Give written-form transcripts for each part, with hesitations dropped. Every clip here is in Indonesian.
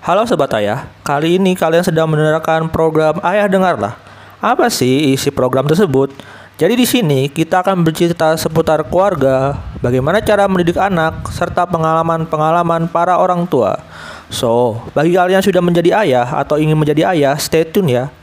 Halo Sobat Ayah, kali ini kalian sedang mendengarkan program Ayah Dengarlah. Apa sih isi program tersebut? Jadi di sini kita akan bercerita seputar keluarga, bagaimana cara mendidik anak, serta pengalaman-pengalaman para orang tua. So, bagi kalian yang sudah menjadi ayah atau ingin menjadi ayah, stay tune ya.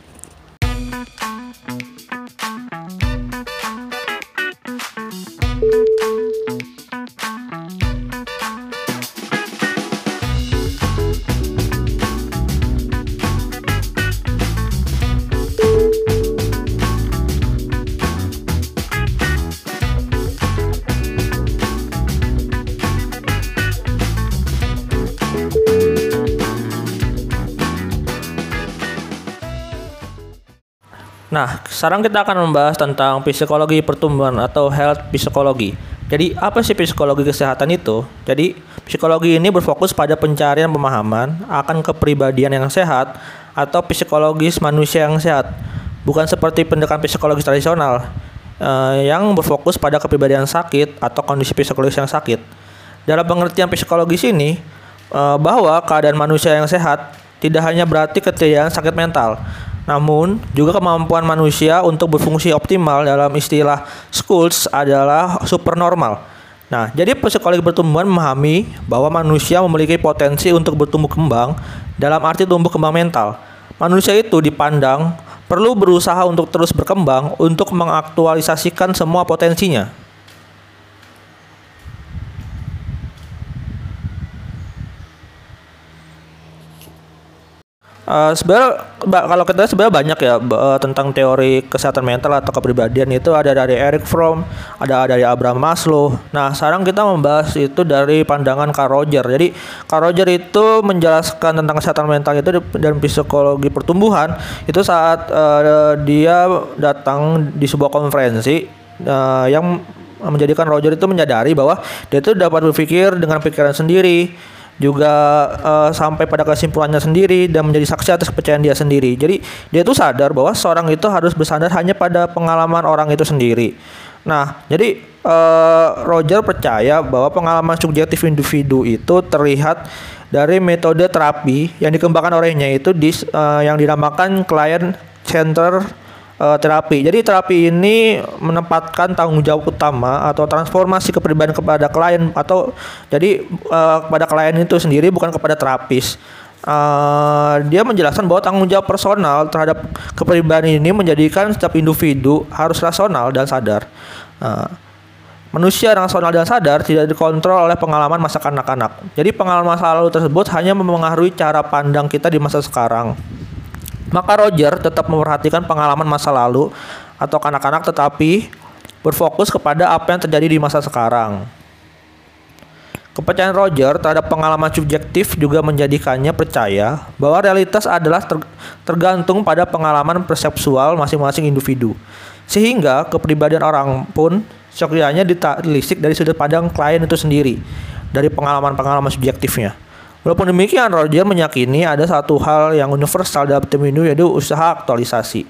Nah, sekarang kita akan membahas tentang psikologi pertumbuhan atau health psikologi. Jadi, apa sih psikologi kesehatan itu? Jadi, psikologi ini berfokus pada pencarian pemahaman akan kepribadian yang sehat atau psikologis manusia yang sehat. Bukan seperti pendekatan psikologis tradisional yang berfokus pada kepribadian sakit atau kondisi psikologis yang sakit. Dalam pengertian psikologis ini, bahwa keadaan manusia yang sehat tidak hanya berarti ketiadaan sakit mental, namun juga kemampuan manusia untuk berfungsi optimal. Dalam istilah Schultz adalah supernormal. Nah, jadi psikologi pertumbuhan memahami bahwa manusia memiliki potensi untuk bertumbuh kembang dalam arti tumbuh kembang mental. Manusia itu dipandang perlu berusaha untuk terus berkembang untuk mengaktualisasikan semua potensinya. Kalau kita sebenarnya banyak ya tentang teori kesehatan mental atau kepribadian. Itu ada dari Erich Fromm, ada dari Abraham Maslow. Nah, sekarang kita membahas itu dari pandangan Carl Rogers. Jadi Carl Rogers itu menjelaskan tentang kesehatan mental itu dan psikologi pertumbuhan itu saat dia datang di sebuah konferensi yang menjadikan Rogers itu menyadari bahwa dia itu dapat berpikir dengan pikiran sendiri, juga sampai pada kesimpulannya sendiri dan menjadi saksi atas kepercayaan dia sendiri. Jadi dia tuh sadar bahwa seorang itu harus bersandar hanya pada pengalaman orang itu sendiri. Nah, jadi Roger percaya bahwa pengalaman subjektif individu itu terlihat dari metode terapi yang dikembangkan olehnya, itu yang dinamakan client center terapi. Jadi terapi ini menempatkan tanggung jawab utama atau transformasi kepribadian kepada klien, atau jadi kepada klien itu sendiri, bukan kepada terapis. Dia menjelaskan bahwa tanggung jawab personal terhadap kepribadian ini menjadikan setiap individu harus rasional dan sadar. Manusia rasional dan sadar tidak dikontrol oleh pengalaman masa kanak-kanak. Jadi pengalaman masa lalu tersebut hanya mempengaruhi cara pandang kita di masa sekarang. Maka Roger tetap memperhatikan pengalaman masa lalu atau kanak-kanak, tetapi berfokus kepada apa yang terjadi di masa sekarang. Kepercayaan Roger terhadap pengalaman subjektif juga menjadikannya percaya bahwa realitas adalah tergantung pada pengalaman persepsual masing-masing individu. Sehingga kepribadian orang pun sekiranya ditelisik dari sudut pandang klien itu sendiri, dari pengalaman-pengalaman subjektifnya. Walaupun demikian, Roger meyakini ada satu hal yang universal dalam tim ini, yaitu usaha aktualisasi.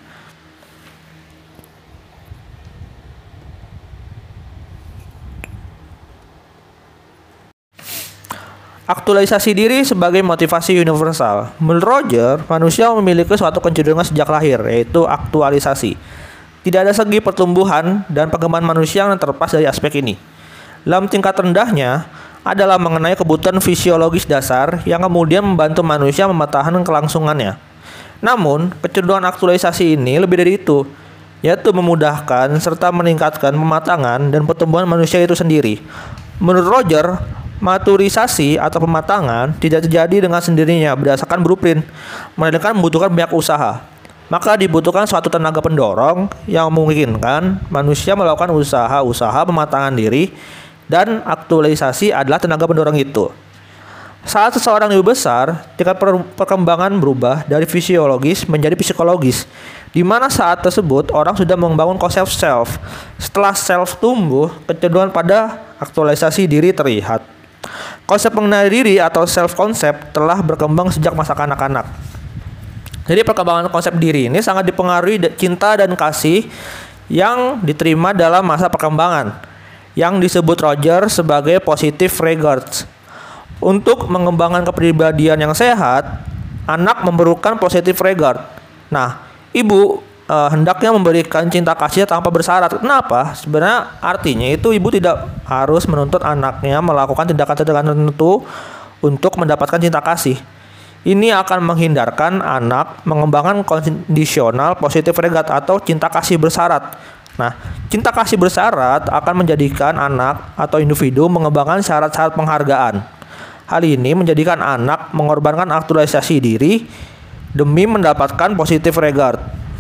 Aktualisasi diri sebagai motivasi universal. Menurut Roger, manusia memiliki suatu kecenderungan sejak lahir, yaitu aktualisasi. Tidak ada segi pertumbuhan dan perkembangan manusia yang terlepas dari aspek ini. Dalam tingkat rendahnya adalah mengenai kebutuhan fisiologis dasar yang kemudian membantu manusia mempertahankan kelangsungannya. Namun, kecenderungan aktualisasi ini lebih dari itu, yaitu memudahkan serta meningkatkan pematangan dan pertumbuhan manusia itu sendiri. Menurut Roger, maturisasi atau pematangan tidak terjadi dengan sendirinya berdasarkan blueprint, melainkan membutuhkan banyak usaha. Maka dibutuhkan suatu tenaga pendorong yang memungkinkan manusia melakukan usaha-usaha pematangan diri, dan aktualisasi adalah tenaga pendorong itu. Saat seseorang lebih besar, tingkat perkembangan berubah dari fisiologis menjadi psikologis, di mana saat tersebut orang sudah membangun konsep self. Setelah self tumbuh, kecenderungan pada aktualisasi diri terlihat. Konsep mengenai diri atau self konsep telah berkembang sejak masa kanak-kanak. Jadi perkembangan konsep diri ini sangat dipengaruhi cinta dan kasih yang diterima dalam masa perkembangan, yang disebut Roger sebagai positive regards. Untuk mengembangkan kepribadian yang sehat, anak memerlukan positive regard. Nah, ibu hendaknya memberikan cinta kasih tanpa bersyarat. Kenapa? Sebenarnya artinya itu ibu tidak harus menuntut anaknya melakukan tindakan-tindakan tertentu untuk mendapatkan cinta kasih. Ini akan menghindarkan anak mengembangkan conditional positive regard atau cinta kasih bersyarat. Nah, cinta kasih bersyarat akan menjadikan anak atau individu mengembangkan syarat-syarat penghargaan. Hal ini menjadikan anak mengorbankan aktualisasi diri demi mendapatkan positive regard.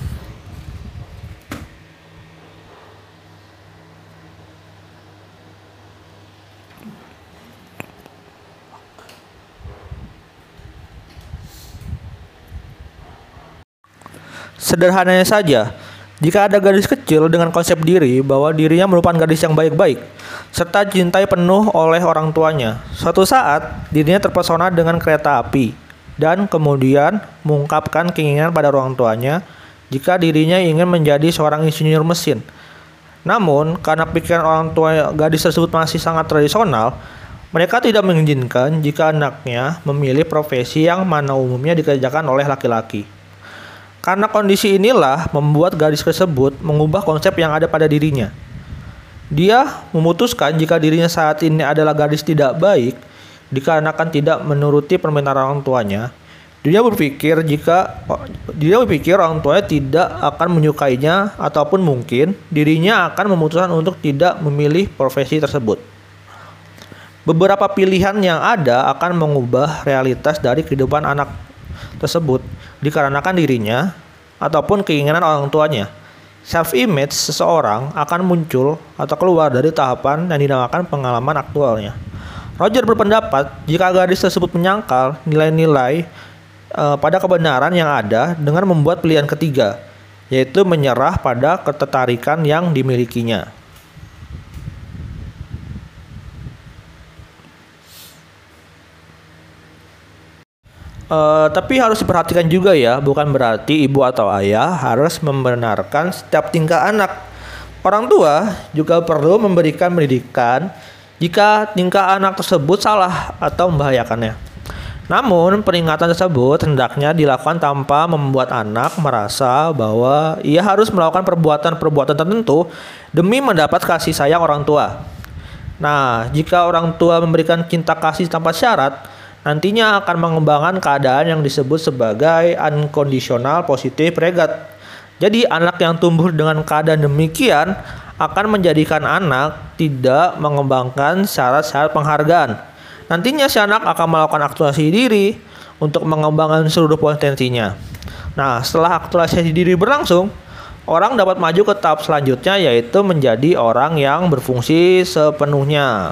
Sederhananya saja, jika ada gadis kecil dengan konsep diri bahwa dirinya merupakan gadis yang baik-baik, serta cintai penuh oleh orang tuanya, suatu saat dirinya terpesona dengan kereta api, dan kemudian mengungkapkan keinginan pada orang tuanya jika dirinya ingin menjadi seorang insinyur mesin. Namun, karena pikiran orang tua gadis tersebut masih sangat tradisional, mereka tidak mengizinkan jika anaknya memilih profesi yang mana umumnya dikerjakan oleh laki-laki. Karena kondisi inilah membuat gadis tersebut mengubah konsep yang ada pada dirinya. Dia memutuskan jika dirinya saat ini adalah gadis tidak baik dikarenakan tidak menuruti permintaan orang tuanya. Dia berpikir orang tuanya tidak akan menyukainya ataupun mungkin dirinya akan memutuskan untuk tidak memilih profesi tersebut. Beberapa pilihan yang ada akan mengubah realitas dari kehidupan anak tersebut dikarenakan dirinya ataupun keinginan orang tuanya. Self-image seseorang akan muncul atau keluar dari tahapan yang dinamakan pengalaman aktualnya. Roger berpendapat jika gadis tersebut menyangkal nilai-nilai pada kebenaran yang ada dengan membuat pilihan ketiga, yaitu menyerah pada ketertarikan yang dimilikinya. Tapi harus diperhatikan juga ya, bukan berarti ibu atau ayah harus membenarkan setiap tingkah anak. Orang tua juga perlu memberikan pendidikan jika tingkah anak tersebut salah atau membahayakannya. Namun, peringatan tersebut hendaknya dilakukan tanpa membuat anak merasa bahwa ia harus melakukan perbuatan-perbuatan tertentu demi mendapat kasih sayang orang tua. Nah, jika orang tua memberikan cinta kasih tanpa syarat, nantinya akan mengembangkan keadaan yang disebut sebagai unconditional positive regard. Jadi anak yang tumbuh dengan keadaan demikian akan menjadikan anak tidak mengembangkan syarat-syarat penghargaan. Nantinya si anak akan melakukan aktualisasi diri untuk mengembangkan seluruh potensinya. Nah, setelah aktualisasi diri berlangsung, orang dapat maju ke tahap selanjutnya, yaitu menjadi orang yang berfungsi sepenuhnya.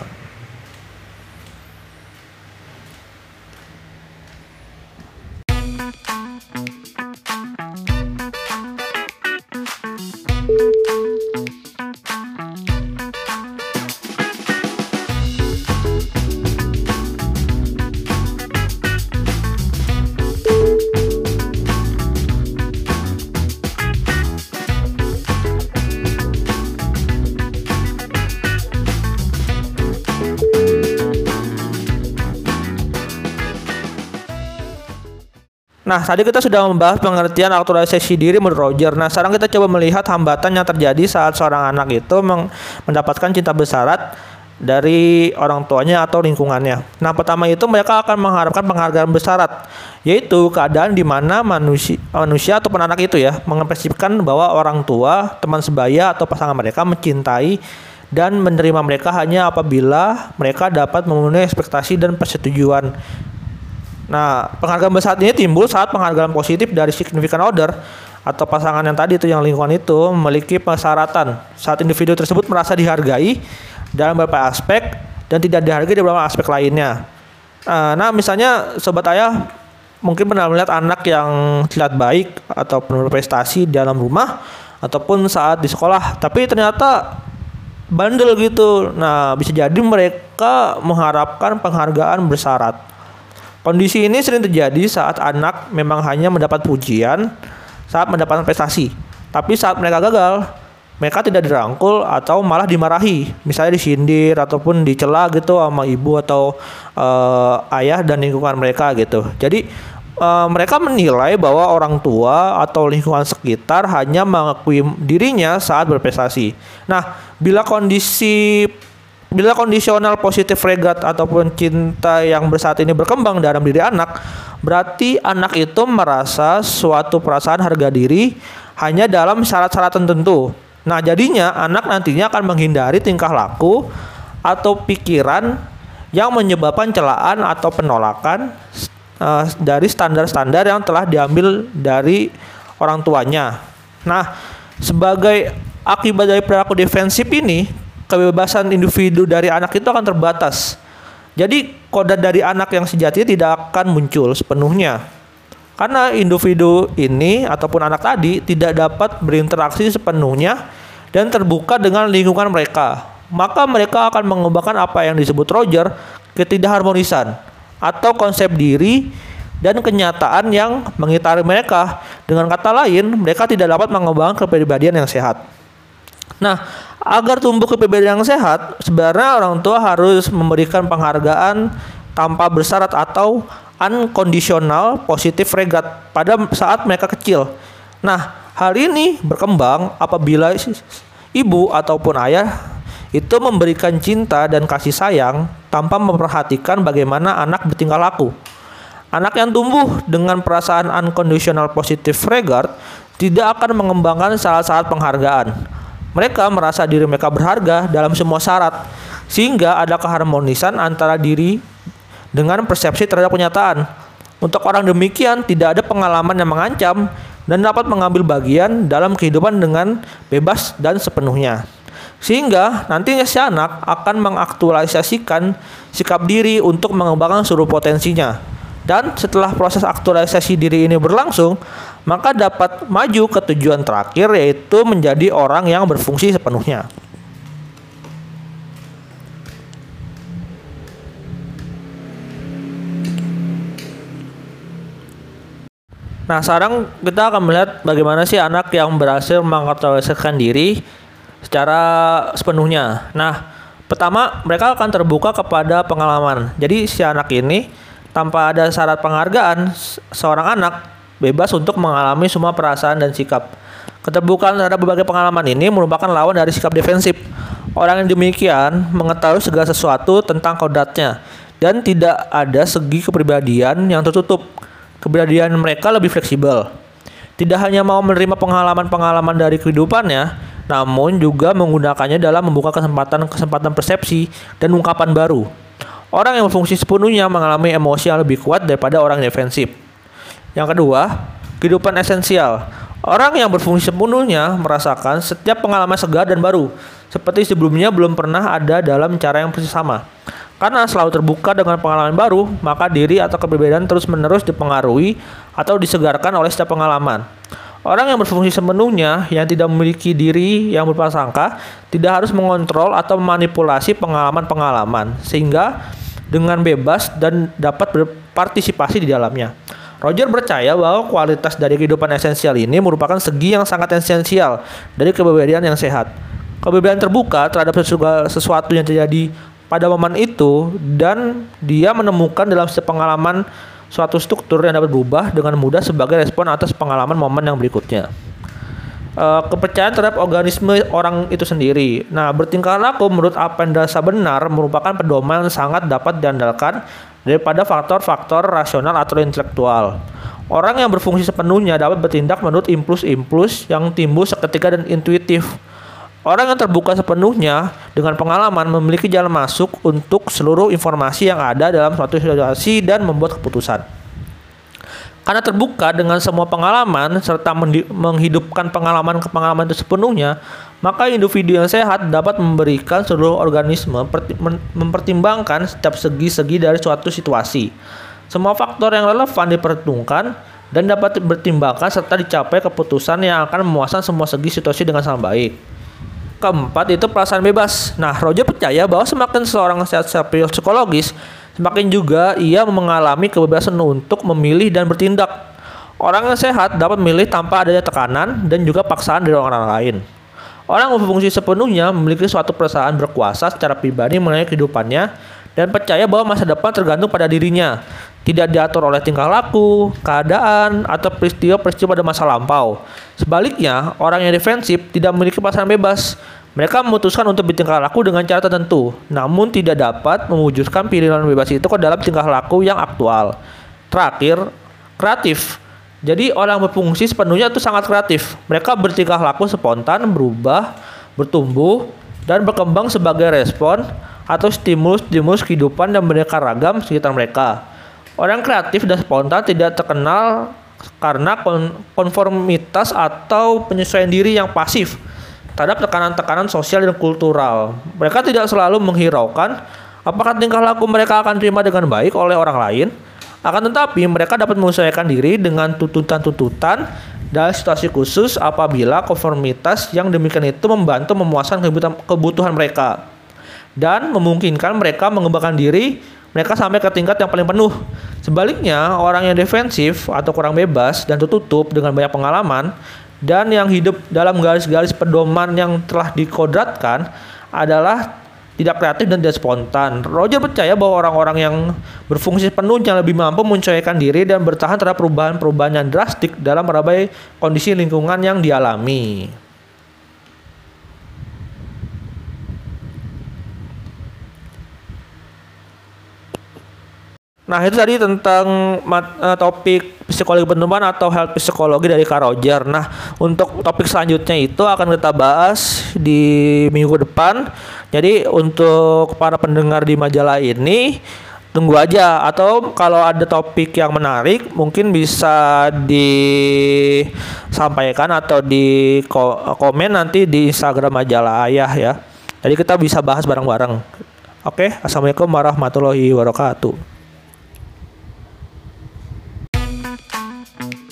Nah, tadi kita sudah membahas pengertian aktualisasi diri menurut Roger. Nah, sekarang kita coba melihat hambatan yang terjadi saat seorang anak itu mendapatkan cinta bersyarat dari orang tuanya atau lingkungannya. Nah, pertama itu mereka akan mengharapkan penghargaan bersyarat, yaitu keadaan di mana manusia ataupun anak itu ya mengekspresikan bahwa orang tua, teman sebaya atau pasangan mereka mencintai dan menerima mereka hanya apabila mereka dapat memenuhi ekspektasi dan persetujuan. Nah, penghargaan bersyarat ini timbul saat penghargaan positif dari significant other atau pasangan yang tadi itu yang lingkungan itu memiliki persyaratan saat individu tersebut merasa dihargai dalam beberapa aspek dan tidak dihargai di beberapa aspek lainnya. Nah, misalnya sobat ayah mungkin pernah melihat anak yang terlihat baik atau berprestasi di dalam rumah ataupun saat di sekolah, tapi ternyata bandel gitu. Nah, bisa jadi mereka mengharapkan penghargaan bersyarat. Kondisi ini sering terjadi saat anak memang hanya mendapat pujian saat mendapatkan prestasi, tapi saat mereka gagal, mereka tidak dirangkul atau malah dimarahi, misalnya disindir ataupun dicela gitu sama ibu atau ayah dan lingkungan mereka gitu. Jadi mereka menilai bahwa orang tua atau lingkungan sekitar hanya mengakui dirinya saat berprestasi. Nah, bila kondisional positif regard ataupun cinta yang saat ini berkembang dalam diri anak, berarti anak itu merasa suatu perasaan harga diri hanya dalam syarat-syarat tertentu. Nah, jadinya anak nantinya akan menghindari tingkah laku atau pikiran yang menyebabkan celaan atau penolakan dari standar-standar yang telah diambil dari orang tuanya. Nah, sebagai akibat dari perilaku defensif ini, kebebasan individu dari anak itu akan terbatas. Jadi, kodrat dari anak yang sejatinya tidak akan muncul sepenuhnya. Karena individu ini ataupun anak tadi tidak dapat berinteraksi sepenuhnya dan terbuka dengan lingkungan mereka. Maka mereka akan mengembangkan apa yang disebut Roger, ketidakharmonisan atau konsep diri dan kenyataan yang mengitari mereka. Dengan kata lain, mereka tidak dapat mengembangkan kepribadian yang sehat. Nah, agar tumbuh kepribadian yang sehat, sebenarnya orang tua harus memberikan penghargaan tanpa bersyarat atau unconditional positive regard pada saat mereka kecil. Nah, hal ini berkembang apabila ibu ataupun ayah itu memberikan cinta dan kasih sayang tanpa memperhatikan bagaimana anak bertingkah laku. Anak yang tumbuh dengan perasaan unconditional positive regard tidak akan mengembangkan syarat-syarat penghargaan. Mereka merasa diri mereka berharga dalam semua syarat, sehingga ada keharmonisan antara diri dengan persepsi terhadap kenyataan. Untuk orang demikian, tidak ada pengalaman yang mengancam dan dapat mengambil bagian dalam kehidupan dengan bebas dan sepenuhnya. Sehingga nantinya si anak akan mengaktualisasikan sikap diri untuk mengembangkan seluruh potensinya. Dan setelah proses aktualisasi diri ini berlangsung, maka dapat maju ke tujuan terakhir, yaitu menjadi orang yang berfungsi sepenuhnya. Nah, sekarang kita akan melihat bagaimana sih anak yang berhasil mengaktualisasikan diri secara sepenuhnya. Nah, pertama mereka akan terbuka kepada pengalaman. Jadi si anak ini tanpa ada syarat penghargaan, seorang anak bebas untuk mengalami semua perasaan dan sikap. Keterbukaan terhadap berbagai pengalaman ini merupakan lawan dari sikap defensif. Orang yang demikian mengetahui segala sesuatu tentang kodratnya dan tidak ada segi kepribadian yang tertutup. Kepribadian mereka lebih fleksibel. Tidak hanya mau menerima pengalaman-pengalaman dari kehidupannya, namun juga menggunakannya dalam membuka kesempatan persepsi dan ungkapan baru. Orang yang berfungsi sepenuhnya mengalami emosi yang lebih kuat daripada orang defensif. Yang kedua, kehidupan esensial. Orang yang berfungsi sepenuhnya merasakan setiap pengalaman segar dan baru, seperti sebelumnya belum pernah ada dalam cara yang persis sama. Karena selalu terbuka dengan pengalaman baru, maka diri atau kepribadian terus-menerus dipengaruhi atau disegarkan oleh setiap pengalaman. Orang yang berfungsi sepenuhnya, yang tidak memiliki diri yang berprasangka, tidak harus mengontrol atau memanipulasi pengalaman-pengalaman, sehingga dengan bebas dan dapat berpartisipasi di dalamnya. Roger percaya bahwa kualitas dari kehidupan esensial ini merupakan segi yang sangat esensial dari kepribadian yang sehat. Kepribadian terbuka terhadap sesuatu yang terjadi pada momen itu, dan dia menemukan dalam setiap pengalaman suatu struktur yang dapat berubah dengan mudah sebagai respon atas pengalaman momen yang berikutnya. Kepercayaan terhadap organisme orang itu sendiri. Nah, bertingkah laku menurut apa yang dirasa benar merupakan pedoman yang sangat dapat diandalkan daripada faktor-faktor rasional atau intelektual. Orang yang berfungsi sepenuhnya dapat bertindak menurut impuls-impuls yang timbul seketika dan intuitif. Orang yang terbuka sepenuhnya dengan pengalaman memiliki jalan masuk untuk seluruh informasi yang ada dalam suatu situasi dan membuat keputusan. Karena terbuka dengan semua pengalaman serta menghidupkan pengalaman itu sepenuhnya, maka individu yang sehat dapat memberikan seluruh organisme mempertimbangkan setiap segi-segi dari suatu situasi. Semua faktor yang relevan diperhitungkan dan dapat dipertimbangkan serta dicapai keputusan yang akan memuaskan semua segi situasi dengan sangat baik. Keempat, itu perasaan bebas. Nah, Roger percaya bahwa semakin seorang sehat secara psikologis, semakin juga ia mengalami kebebasan untuk memilih dan bertindak. Orang yang sehat dapat memilih tanpa adanya tekanan dan juga paksaan dari orang lain. Orang berfungsi sepenuhnya memiliki suatu perasaan berkuasa secara pribadi mengenai kehidupannya dan percaya bahwa masa depan tergantung pada dirinya, tidak diatur oleh tingkah laku, keadaan, atau peristiwa-peristiwa pada masa lampau. Sebaliknya, orang yang defensif tidak memiliki perasaan bebas. Mereka memutuskan untuk bertingkah laku dengan cara tertentu, namun tidak dapat mewujudkan pilihan bebas itu ke dalam tingkah laku yang aktual. Terakhir, kreatif. Jadi orang berfungsi sepenuhnya itu sangat kreatif. Mereka bertingkah laku spontan, berubah, bertumbuh, dan berkembang sebagai respon atau stimulus kehidupan dan beraneka ragam sekitar mereka. Orang kreatif dan spontan tidak terkenal karena konformitas atau penyesuaian diri yang pasif terhadap tekanan-tekanan sosial dan kultural. Mereka tidak selalu menghiraukan apakah tingkah laku mereka akan terima dengan baik oleh orang lain. Akan tetapi mereka dapat menyesuaikan diri dengan tuntutan-tuntutan dan situasi khusus apabila konformitas yang demikian itu membantu memuaskan kebutuhan mereka dan memungkinkan mereka mengembangkan diri mereka sampai ke tingkat yang paling penuh. Sebaliknya, orang yang defensif atau kurang bebas dan tertutup dengan banyak pengalaman dan yang hidup dalam garis-garis pedoman yang telah dikodratkan adalah tidak kreatif dan tidak spontan. Roger percaya bahwa orang-orang yang berfungsi penuhnya lebih mampu menyesuaikan diri dan bertahan terhadap perubahan-perubahan yang drastik dalam berbagai kondisi lingkungan yang dialami. Nah, itu tadi tentang topik psikologi pertumbuhan atau health psikologi dari Kak Roger. Nah, untuk topik selanjutnya itu akan kita bahas di minggu depan. Jadi untuk para pendengar di majalah ini tunggu aja, atau kalau ada topik yang menarik mungkin bisa disampaikan atau di komen nanti di Instagram majalah Ayah ya. Jadi kita bisa bahas bareng-bareng. Oke, assalamualaikum warahmatullahi wabarakatuh.